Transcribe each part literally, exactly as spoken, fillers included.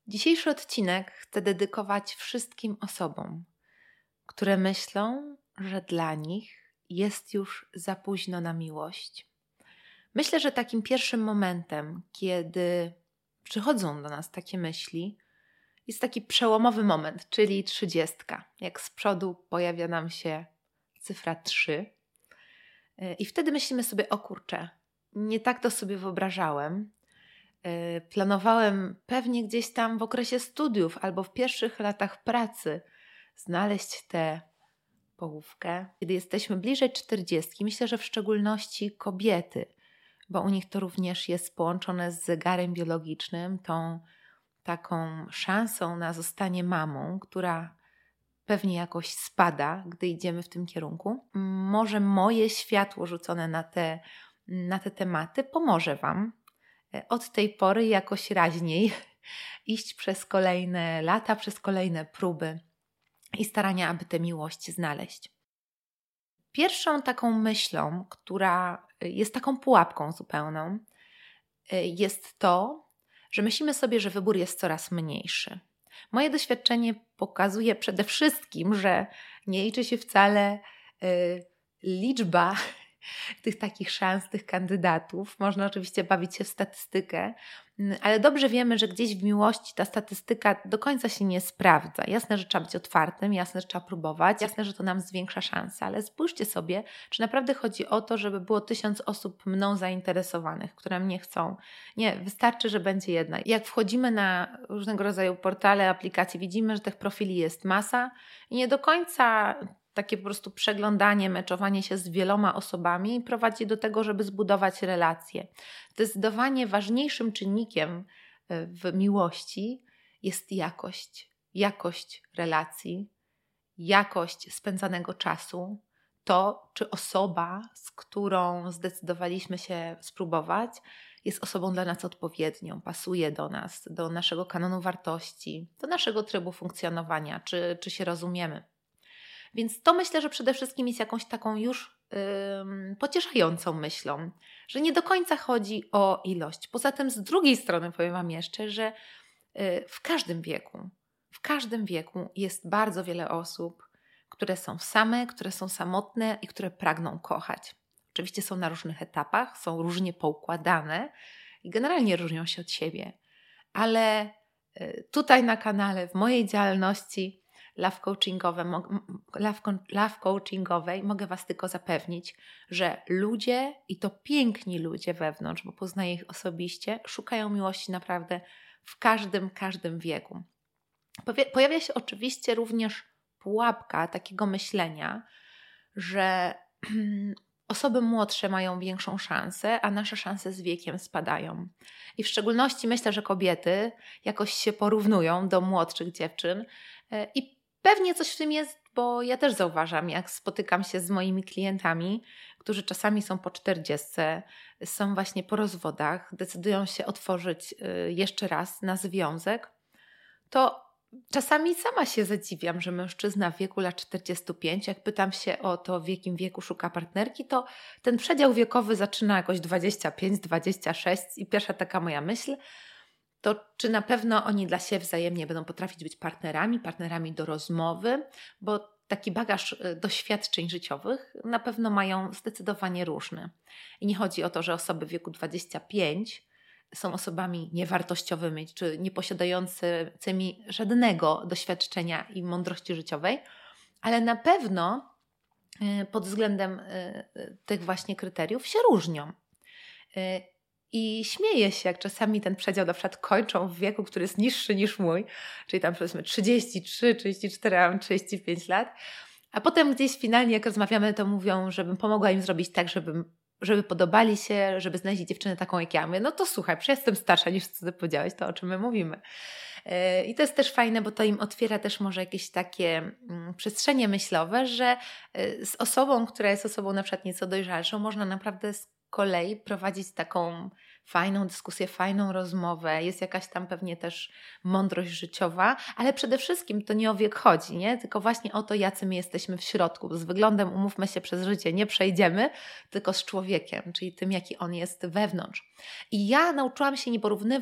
Dzisiejszy odcinek chcę dedykować wszystkim osobom, które myślą, że dla nich jest już za późno na miłość. Myślę, że takim pierwszym momentem, kiedy przychodzą do nas takie myśli, jest taki przełomowy moment, czyli trzydziestka. Jak z przodu pojawia nam się cyfra trzy. I wtedy myślimy sobie, o kurczę, nie tak to sobie wyobrażałem. Planowałem pewnie gdzieś tam w okresie studiów albo w pierwszych latach pracy znaleźć tę połówkę. Kiedy jesteśmy bliżej czterdziestki, myślę, że w szczególności kobiety, bo u nich to również jest połączone z zegarem biologicznym, tą taką szansą na zostanie mamą, która pewnie jakoś spada, gdy idziemy w tym kierunku. Może moje światło rzucone na te, na te tematy pomoże Wam od tej pory jakoś raźniej iść przez kolejne lata, przez kolejne próby i starania, aby tę miłość znaleźć. Pierwszą taką myślą, która jest taką pułapką zupełną, jest to, że myślimy sobie, że wybór jest coraz mniejszy. Moje doświadczenie pokazuje przede wszystkim, że nie liczy się wcale y, liczba tych takich szans, tych kandydatów. Można oczywiście bawić się w statystykę, ale dobrze wiemy, że gdzieś w miłości ta statystyka do końca się nie sprawdza. Jasne, że trzeba być otwartym, jasne, że trzeba próbować, jasne, że to nam zwiększa szanse, ale spójrzcie sobie, czy naprawdę chodzi o to, żeby było tysiąc osób mną zainteresowanych, które mnie chcą. Nie, wystarczy, że będzie jedna. Jak wchodzimy na różnego rodzaju portale, aplikacje, widzimy, że tych profili jest masa i nie do końca takie po prostu przeglądanie, meczowanie się z wieloma osobami prowadzi do tego, żeby zbudować relacje. Zdecydowanie ważniejszym czynnikiem w miłości jest jakość. Jakość relacji, jakość spędzanego czasu. To, czy osoba, z którą zdecydowaliśmy się spróbować, jest osobą dla nas odpowiednią, pasuje do nas, do naszego kanonu wartości, do naszego trybu funkcjonowania, czy, czy się rozumiemy. Więc to myślę, że przede wszystkim jest jakąś taką już yy, pocieszającą myślą, że nie do końca chodzi o ilość. Poza tym z drugiej strony powiem Wam jeszcze, że yy, w każdym wieku, w każdym wieku jest bardzo wiele osób, które są same, które są samotne i które pragną kochać. Oczywiście są na różnych etapach, są różnie poukładane i generalnie różnią się od siebie. Ale yy, tutaj na kanale, w mojej działalności Love coachingowe, love, love coachingowej mogę Was tylko zapewnić, że ludzie, i to piękni ludzie wewnątrz, bo poznaję ich osobiście, szukają miłości naprawdę w każdym, każdym wieku. Pojawia się oczywiście również pułapka takiego myślenia, że osoby młodsze mają większą szansę, a nasze szanse z wiekiem spadają. I w szczególności myślę, że kobiety jakoś się porównują do młodszych dziewczyn i pewnie coś w tym jest, bo ja też zauważam, jak spotykam się z moimi klientami, którzy czasami są po czterdziestce, są właśnie po rozwodach, decydują się otworzyć jeszcze raz na związek, to czasami sama się zadziwiam, że mężczyzna w wieku lat czterdziestu pięciu, jak pytam się o to, w jakim wieku szuka partnerki, to ten przedział wiekowy zaczyna jakoś dwadzieścia pięć, dwadzieścia sześć i pierwsza taka moja myśl, to czy na pewno oni dla siebie wzajemnie będą potrafić być partnerami, partnerami do rozmowy, bo taki bagaż doświadczeń życiowych na pewno mają zdecydowanie różny. I nie chodzi o to, że osoby w wieku dwudziestu pięciu są osobami niewartościowymi, czy nieposiadającymi żadnego doświadczenia i mądrości życiowej, ale na pewno pod względem tych właśnie kryteriów się różnią. I śmieję się, jak czasami ten przedział na przykład kończą w wieku, który jest niższy niż mój, czyli tam powiedzmy trzydzieści trzy, trzydzieści cztery, a mam trzydzieści pięć lat, a potem gdzieś finalnie jak rozmawiamy, to mówią, żebym pomogła im zrobić tak, żeby, żeby podobali się, żeby znaleźli dziewczynę taką jak ja. Mówię, no to słuchaj, przecież jestem starsza niż co ty powiedziałeś, to o czym my mówimy. I to jest też fajne, bo to im otwiera też może jakieś takie przestrzenie myślowe, że z osobą, która jest osobą na przykład nieco dojrzalszą, można naprawdę z kolei prowadzić taką fajną dyskusję, fajną rozmowę, jest jakaś tam pewnie też mądrość życiowa, ale przede wszystkim to nie o wiek chodzi, nie? Tylko właśnie o to, jacy my jesteśmy w środku. Z wyglądem, umówmy się, przez życie nie przejdziemy, tylko z człowiekiem, czyli tym, jaki on jest wewnątrz. I ja nauczyłam się nie porównywać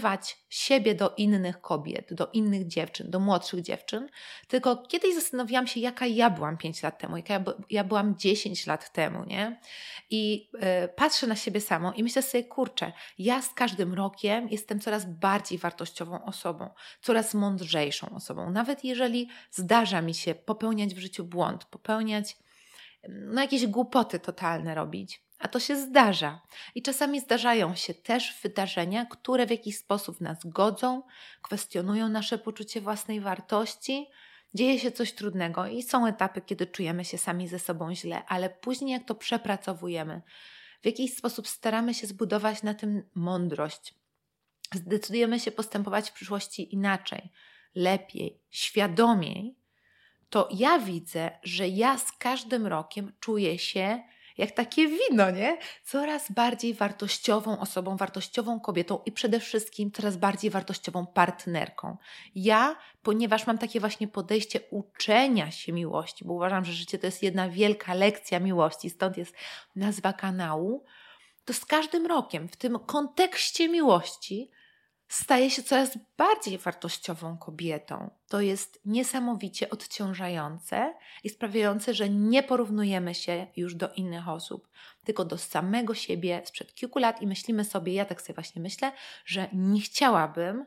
siebie do innych kobiet, do innych dziewczyn, do młodszych dziewczyn, tylko kiedyś zastanawiałam się, jaka ja byłam pięć lat temu, jaka ja, by, ja byłam dziesięć lat temu, nie? I y, patrzę na siebie samą i myślę sobie, kurczę, ja z każdym rokiem jestem coraz bardziej wartościową osobą, coraz mądrzejszą osobą. Nawet jeżeli zdarza mi się popełniać w życiu błąd, popełniać no, jakieś głupoty totalne robić, a to się zdarza. I czasami zdarzają się też wydarzenia, które w jakiś sposób nas godzą, kwestionują nasze poczucie własnej wartości. Dzieje się coś trudnego i są etapy, kiedy czujemy się sami ze sobą źle, ale później jak to przepracowujemy, w jakiś sposób staramy się zbudować na tym mądrość. Zdecydujemy się postępować w przyszłości inaczej, lepiej, świadomiej, to ja widzę, że ja z każdym rokiem czuję się jak takie wino, nie? Coraz bardziej wartościową osobą, wartościową kobietą i przede wszystkim coraz bardziej wartościową partnerką. Ja, ponieważ mam takie właśnie podejście uczenia się miłości, bo uważam, że życie to jest jedna wielka lekcja miłości, stąd jest nazwa kanału, to z każdym rokiem w tym kontekście miłości staje się coraz bardziej wartościową kobietą. To jest niesamowicie odciążające i sprawiające, że nie porównujemy się już do innych osób, tylko do samego siebie sprzed kilku lat i myślimy sobie, ja tak sobie właśnie myślę, że nie chciałabym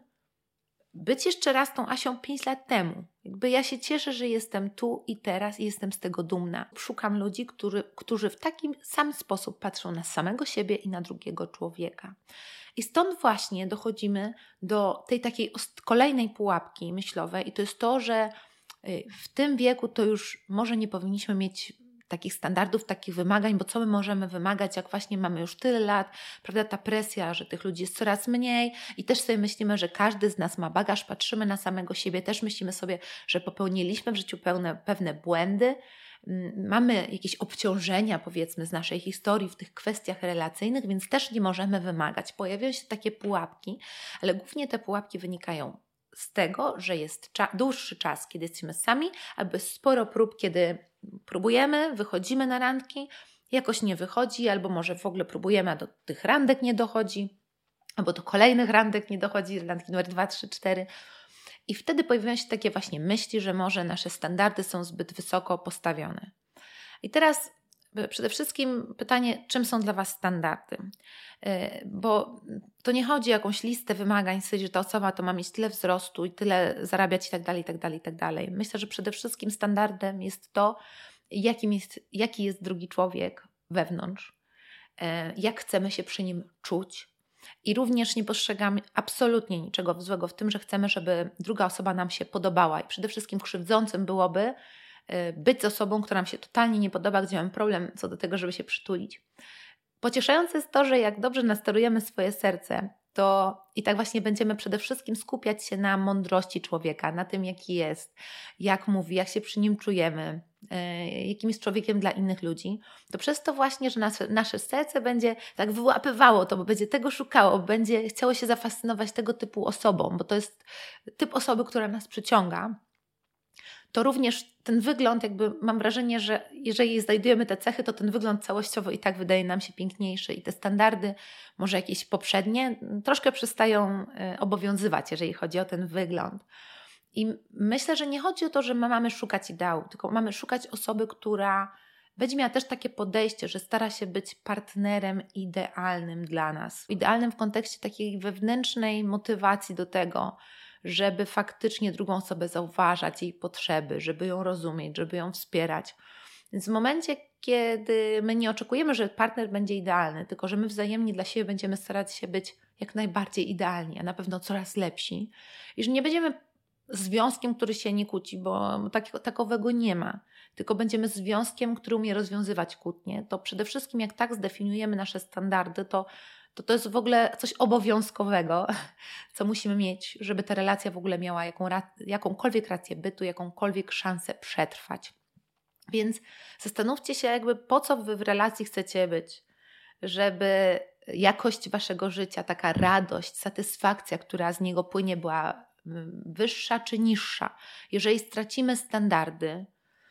być jeszcze raz tą Asią pięć lat temu. Jakby ja się cieszę, że jestem tu i teraz i jestem z tego dumna. Szukam ludzi, którzy, którzy w taki sam sposób patrzą na samego siebie i na drugiego człowieka. I stąd właśnie dochodzimy do tej takiej kolejnej pułapki myślowej i to jest to, że w tym wieku to już może nie powinniśmy mieć takich standardów, takich wymagań, bo co my możemy wymagać, jak właśnie mamy już tyle lat, prawda, ta presja, że tych ludzi jest coraz mniej i też sobie myślimy, że każdy z nas ma bagaż, patrzymy na samego siebie, też myślimy sobie, że popełniliśmy w życiu pełne, pewne błędy, mamy jakieś obciążenia, powiedzmy, z naszej historii w tych kwestiach relacyjnych, więc też nie możemy wymagać. Pojawiają się takie pułapki, ale głównie te pułapki wynikają z tego, że jest cza- dłuższy czas, kiedy jesteśmy sami, albo sporo prób, kiedy próbujemy, wychodzimy na randki, jakoś nie wychodzi, albo może w ogóle próbujemy, a do tych randek nie dochodzi, albo do kolejnych randek nie dochodzi, randki numer dwa, trzy, cztery. I wtedy pojawiają się takie właśnie myśli, że może nasze standardy są zbyt wysoko postawione. I teraz przede wszystkim pytanie, czym są dla Was standardy? Bo to nie chodzi o jakąś listę wymagań, że ta osoba to ma mieć tyle wzrostu i tyle zarabiać i tak dalej, i tak dalej, i tak dalej. Myślę, że przede wszystkim standardem jest to, jakim jest, jaki jest drugi człowiek wewnątrz, jak chcemy się przy nim czuć. I również nie postrzegamy absolutnie niczego złego w tym, że chcemy, żeby druga osoba nam się podobała. I przede wszystkim krzywdzącym byłoby być z osobą, która nam się totalnie nie podoba, gdzie mamy problem co do tego, żeby się przytulić. Pocieszające jest to, że jak dobrze nasterujemy swoje serce, to i tak właśnie będziemy przede wszystkim skupiać się na mądrości człowieka, na tym, jaki jest, jak mówi, jak się przy nim czujemy, yy, jakim jest człowiekiem dla innych ludzi, to przez to właśnie, że nasze, nasze serce będzie tak wyłapywało to, bo będzie tego szukało, będzie chciało się zafascynować tego typu osobą, bo to jest typ osoby, która nas przyciąga, to również ten wygląd, jakby mam wrażenie, że jeżeli znajdujemy te cechy, to ten wygląd całościowo i tak wydaje nam się piękniejszy i te standardy, może jakieś poprzednie, troszkę przestają obowiązywać, jeżeli chodzi o ten wygląd. I myślę, że nie chodzi o to, że my mamy szukać ideału, tylko mamy szukać osoby, która będzie miała też takie podejście, że stara się być partnerem idealnym dla nas. Idealnym w kontekście takiej wewnętrznej motywacji do tego, żeby faktycznie drugą osobę zauważać, jej potrzeby, żeby ją rozumieć, żeby ją wspierać. Więc w momencie, kiedy my nie oczekujemy, że partner będzie idealny, tylko że my wzajemnie dla siebie będziemy starać się być jak najbardziej idealni, a na pewno coraz lepsi i że nie będziemy związkiem, który się nie kłóci, bo takiego, takowego nie ma, tylko będziemy związkiem, który umie rozwiązywać kłótnie, to przede wszystkim jak tak zdefiniujemy nasze standardy, to to to jest w ogóle coś obowiązkowego, co musimy mieć, żeby ta relacja w ogóle miała jaką, jakąkolwiek rację bytu, jakąkolwiek szansę przetrwać. Więc zastanówcie się jakby po co wy w relacji chcecie być, żeby jakość waszego życia, taka radość, satysfakcja, która z niego płynie, była wyższa czy niższa. Jeżeli stracimy standardy,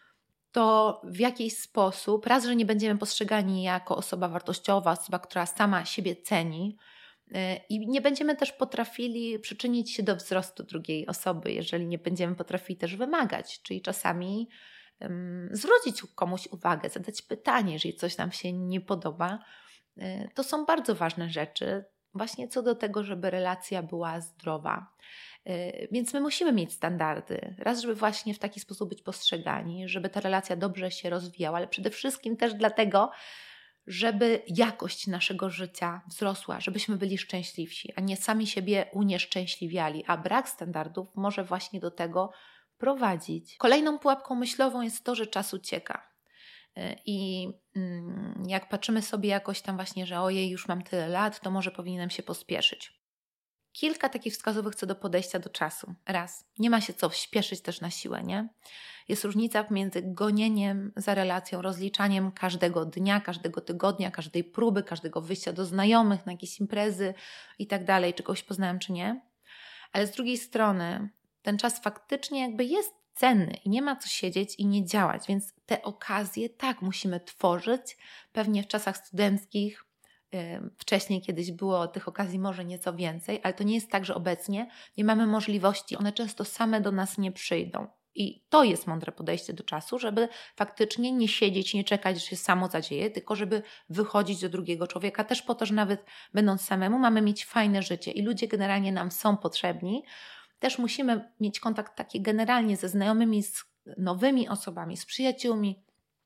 to w jakiś sposób, raz, że nie będziemy postrzegani jako osoba wartościowa, osoba, która sama siebie ceni, I nie będziemy też potrafili przyczynić się do wzrostu drugiej osoby, jeżeli nie będziemy potrafili też wymagać, czyli czasami um, zwrócić komuś uwagę, zadać pytanie, jeżeli coś nam się nie podoba. To są bardzo ważne rzeczy właśnie co do tego, żeby relacja była zdrowa. Więc my musimy mieć standardy. Raz, żeby właśnie w taki sposób być postrzegani, żeby ta relacja dobrze się rozwijała, ale przede wszystkim też dlatego, żeby jakość naszego życia wzrosła, żebyśmy byli szczęśliwsi, a nie sami siebie unieszczęśliwiali. A brak standardów może właśnie do tego prowadzić. Kolejną pułapką myślową jest to, że czas ucieka. I jak patrzymy sobie jakoś tam właśnie, że ojej, już mam tyle lat, to może powinienem się pospieszyć. Kilka takich wskazówek co do podejścia do czasu. Raz, nie ma się co śpieszyć też na siłę, nie? Jest różnica między gonieniem za relacją, rozliczaniem każdego dnia, każdego tygodnia, każdej próby, każdego wyjścia do znajomych, na jakieś imprezy i tak dalej, czy kogoś poznałem, czy nie. Ale z drugiej strony ten czas faktycznie jakby jest cenny i nie ma co siedzieć i nie działać, więc te okazje tak musimy tworzyć. Pewnie w czasach studenckich, yy, wcześniej kiedyś było tych okazji może nieco więcej, ale to nie jest tak, że obecnie nie mamy możliwości. One często same do nas nie przyjdą. I to jest mądre podejście do czasu, żeby faktycznie nie siedzieć, nie czekać, że się samo zadzieje, tylko żeby wychodzić do drugiego człowieka, też po to, że nawet będąc samemu mamy mieć fajne życie i ludzie generalnie nam są potrzebni. Też musimy mieć kontakt taki generalnie ze znajomymi, z nowymi osobami, z przyjaciółmi,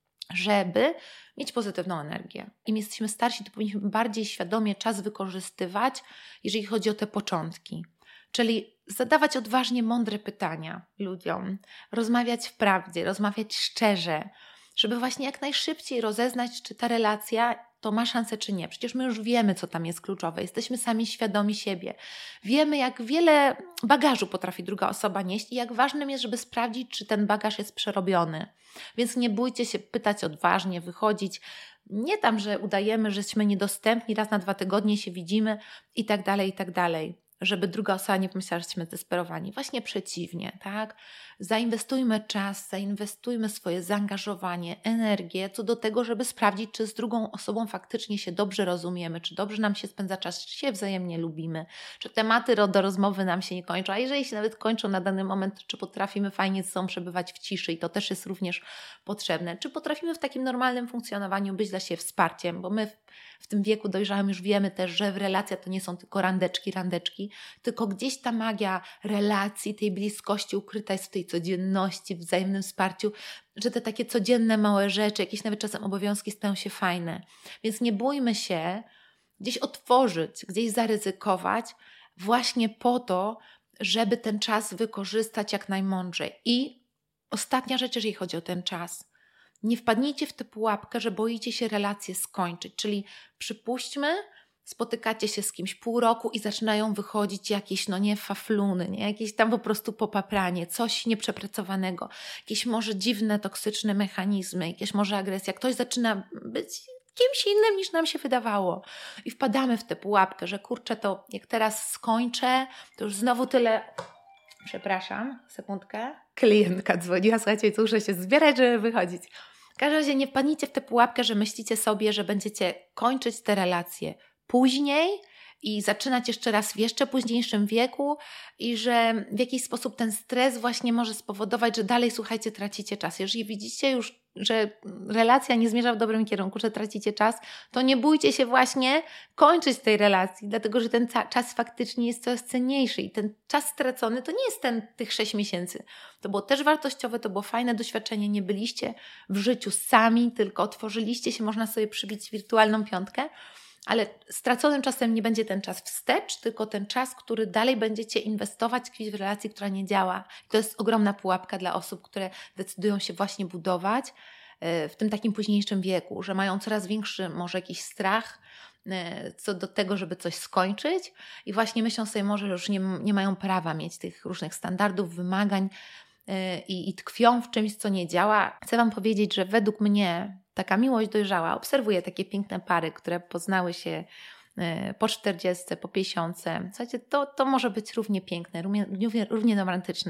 żeby mieć pozytywną energię. Im jesteśmy starsi, to powinniśmy bardziej świadomie czas wykorzystywać, jeżeli chodzi o te początki. Czyli zadawać odważnie mądre pytania ludziom, rozmawiać w prawdzie, rozmawiać szczerze, żeby właśnie jak najszybciej rozeznać, czy ta relacja to ma szansę, czy nie. Przecież my już wiemy, co tam jest kluczowe. Jesteśmy sami świadomi siebie. Wiemy, jak wiele bagażu potrafi druga osoba nieść i jak ważnym jest, żeby sprawdzić, czy ten bagaż jest przerobiony. Więc nie bójcie się pytać odważnie, wychodzić. Nie tam, że udajemy, że jesteśmy niedostępni, raz na dwa tygodnie się widzimy i tak dalej, i tak dalej. Żeby druga osoba nie pomyślała, że jesteśmy zdesperowani. Właśnie przeciwnie, tak? Zainwestujmy czas, zainwestujmy swoje zaangażowanie, energię co do tego, żeby sprawdzić, czy z drugą osobą faktycznie się dobrze rozumiemy, czy dobrze nam się spędza czas, czy się wzajemnie lubimy, czy tematy do rozmowy nam się nie kończą, a jeżeli się nawet kończą na dany moment, czy potrafimy fajnie ze sobą przebywać w ciszy i to też jest również potrzebne, czy potrafimy w takim normalnym funkcjonowaniu być dla siebie wsparciem, bo my w, w tym wieku dojrzałym już wiemy też, że w relacja to nie są tylko randeczki, randeczki, tylko gdzieś ta magia relacji, tej bliskości ukryta jest w tej codzienności, wzajemnym wsparciu, że te takie codzienne małe rzeczy, jakieś nawet czasem obowiązki stają się fajne. Więc nie bójmy się gdzieś otworzyć, gdzieś zaryzykować właśnie po to, żeby ten czas wykorzystać jak najmądrzej. I ostatnia rzecz, jeżeli chodzi o ten czas. Nie wpadnijcie w tę pułapkę, że boicie się relacje skończyć, czyli przypuśćmy, spotykacie się z kimś pół roku i zaczynają wychodzić jakieś, no nie, fafluny, nie? Jakieś tam po prostu popapranie, coś nieprzepracowanego, jakieś może dziwne, toksyczne mechanizmy, jakieś może agresja. Ktoś zaczyna być kimś innym niż nam się wydawało. I wpadamy w tę pułapkę, że kurczę, to jak teraz skończę, to już znowu tyle... Przepraszam, sekundkę. Klientka dzwoniła, słuchajcie, co muszę się zbierać, żeby wychodzić. W każdym razie nie wpadnijcie w tę pułapkę, że myślicie sobie, że będziecie kończyć te relacje później i zaczynać jeszcze raz w jeszcze późniejszym wieku i że w jakiś sposób ten stres właśnie może spowodować, że dalej, słuchajcie, tracicie czas. Jeżeli widzicie już, że relacja nie zmierza w dobrym kierunku, że tracicie czas, to nie bójcie się właśnie kończyć tej relacji, dlatego że ten czas faktycznie jest coraz cenniejszy i ten czas stracony to nie jest ten tych sześć miesięcy. To było też wartościowe, to było fajne doświadczenie, nie byliście w życiu sami, tylko otworzyliście się, można sobie przybić wirtualną piątkę, ale straconym czasem nie będzie ten czas wstecz, tylko ten czas, który dalej będziecie inwestować w relacji, która nie działa. I to jest ogromna pułapka dla osób, które decydują się właśnie budować w tym takim późniejszym wieku, że mają coraz większy może jakiś strach co do tego, żeby coś skończyć i właśnie myślą sobie może, że już nie, nie mają prawa mieć tych różnych standardów, wymagań i, i tkwią w czymś, co nie działa. Chcę Wam powiedzieć, że według mnie taka miłość dojrzała, obserwuję takie piękne pary, które poznały się po czterdziestce, po pięćdziesiątce. Słuchajcie, to, to może być równie piękne, równie, równie romantyczne.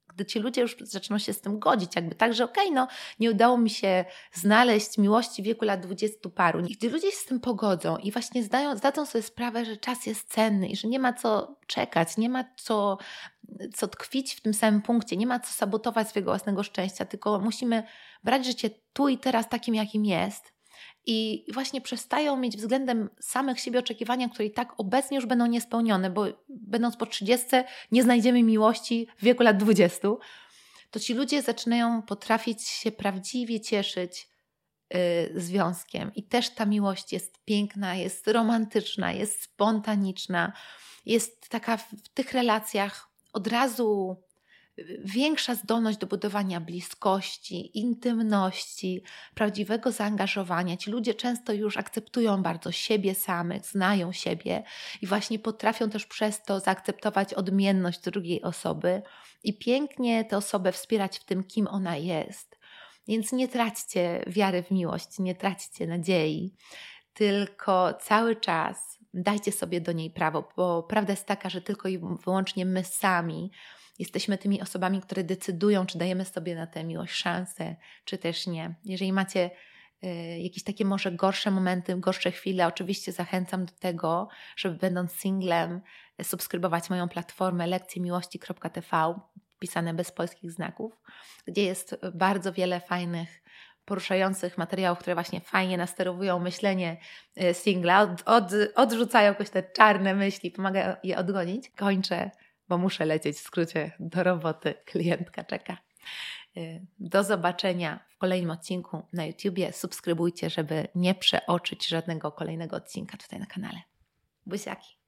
gdy ci ludzie już zaczną się z tym godzić, jakby tak, że okej, okay, no nie udało mi się znaleźć miłości w wieku lat dwudziestu paru. I gdy ludzie się z tym pogodzą i właśnie zdają, zdadzą sobie sprawę, że czas jest cenny i że nie ma co czekać, nie ma co, co tkwić w tym samym punkcie, nie ma co sabotować swojego własnego szczęścia, tylko musimy brać życie tu i teraz takim, jakim jest. I właśnie przestają mieć względem samych siebie oczekiwania, które i tak obecnie już będą niespełnione, bo będąc po trzydziestce nie znajdziemy miłości w wieku lat dwudziestu, to ci ludzie zaczynają potrafić się prawdziwie cieszyć yy, związkiem. I też ta miłość jest piękna, jest romantyczna, jest spontaniczna, jest taka w, w tych relacjach od razu większa zdolność do budowania bliskości, intymności, prawdziwego zaangażowania. Ci ludzie często już akceptują bardzo siebie samych, znają siebie i właśnie potrafią też przez to zaakceptować odmienność drugiej osoby i pięknie tę osobę wspierać w tym, kim ona jest. Więc nie traćcie wiary w miłość, nie traćcie nadziei, tylko cały czas dajcie sobie do niej prawo, bo prawda jest taka, że tylko i wyłącznie my sami jesteśmy tymi osobami, które decydują, czy dajemy sobie na tę miłość szansę, czy też nie. Jeżeli macie y, jakieś takie może gorsze momenty, gorsze chwile, oczywiście zachęcam do tego, żeby będąc singlem subskrybować moją platformę lekcje miłości kropka t v, pisane bez polskich znaków, gdzie jest bardzo wiele fajnych, poruszających materiałów, które właśnie fajnie nasterowują myślenie singla, od, od, odrzucają jakoś te czarne myśli, pomagają je odgonić. Kończę, bo muszę lecieć w skrócie do roboty, klientka czeka. Do zobaczenia w kolejnym odcinku na YouTubie. Subskrybujcie, żeby nie przeoczyć żadnego kolejnego odcinka tutaj na kanale. Buziaki.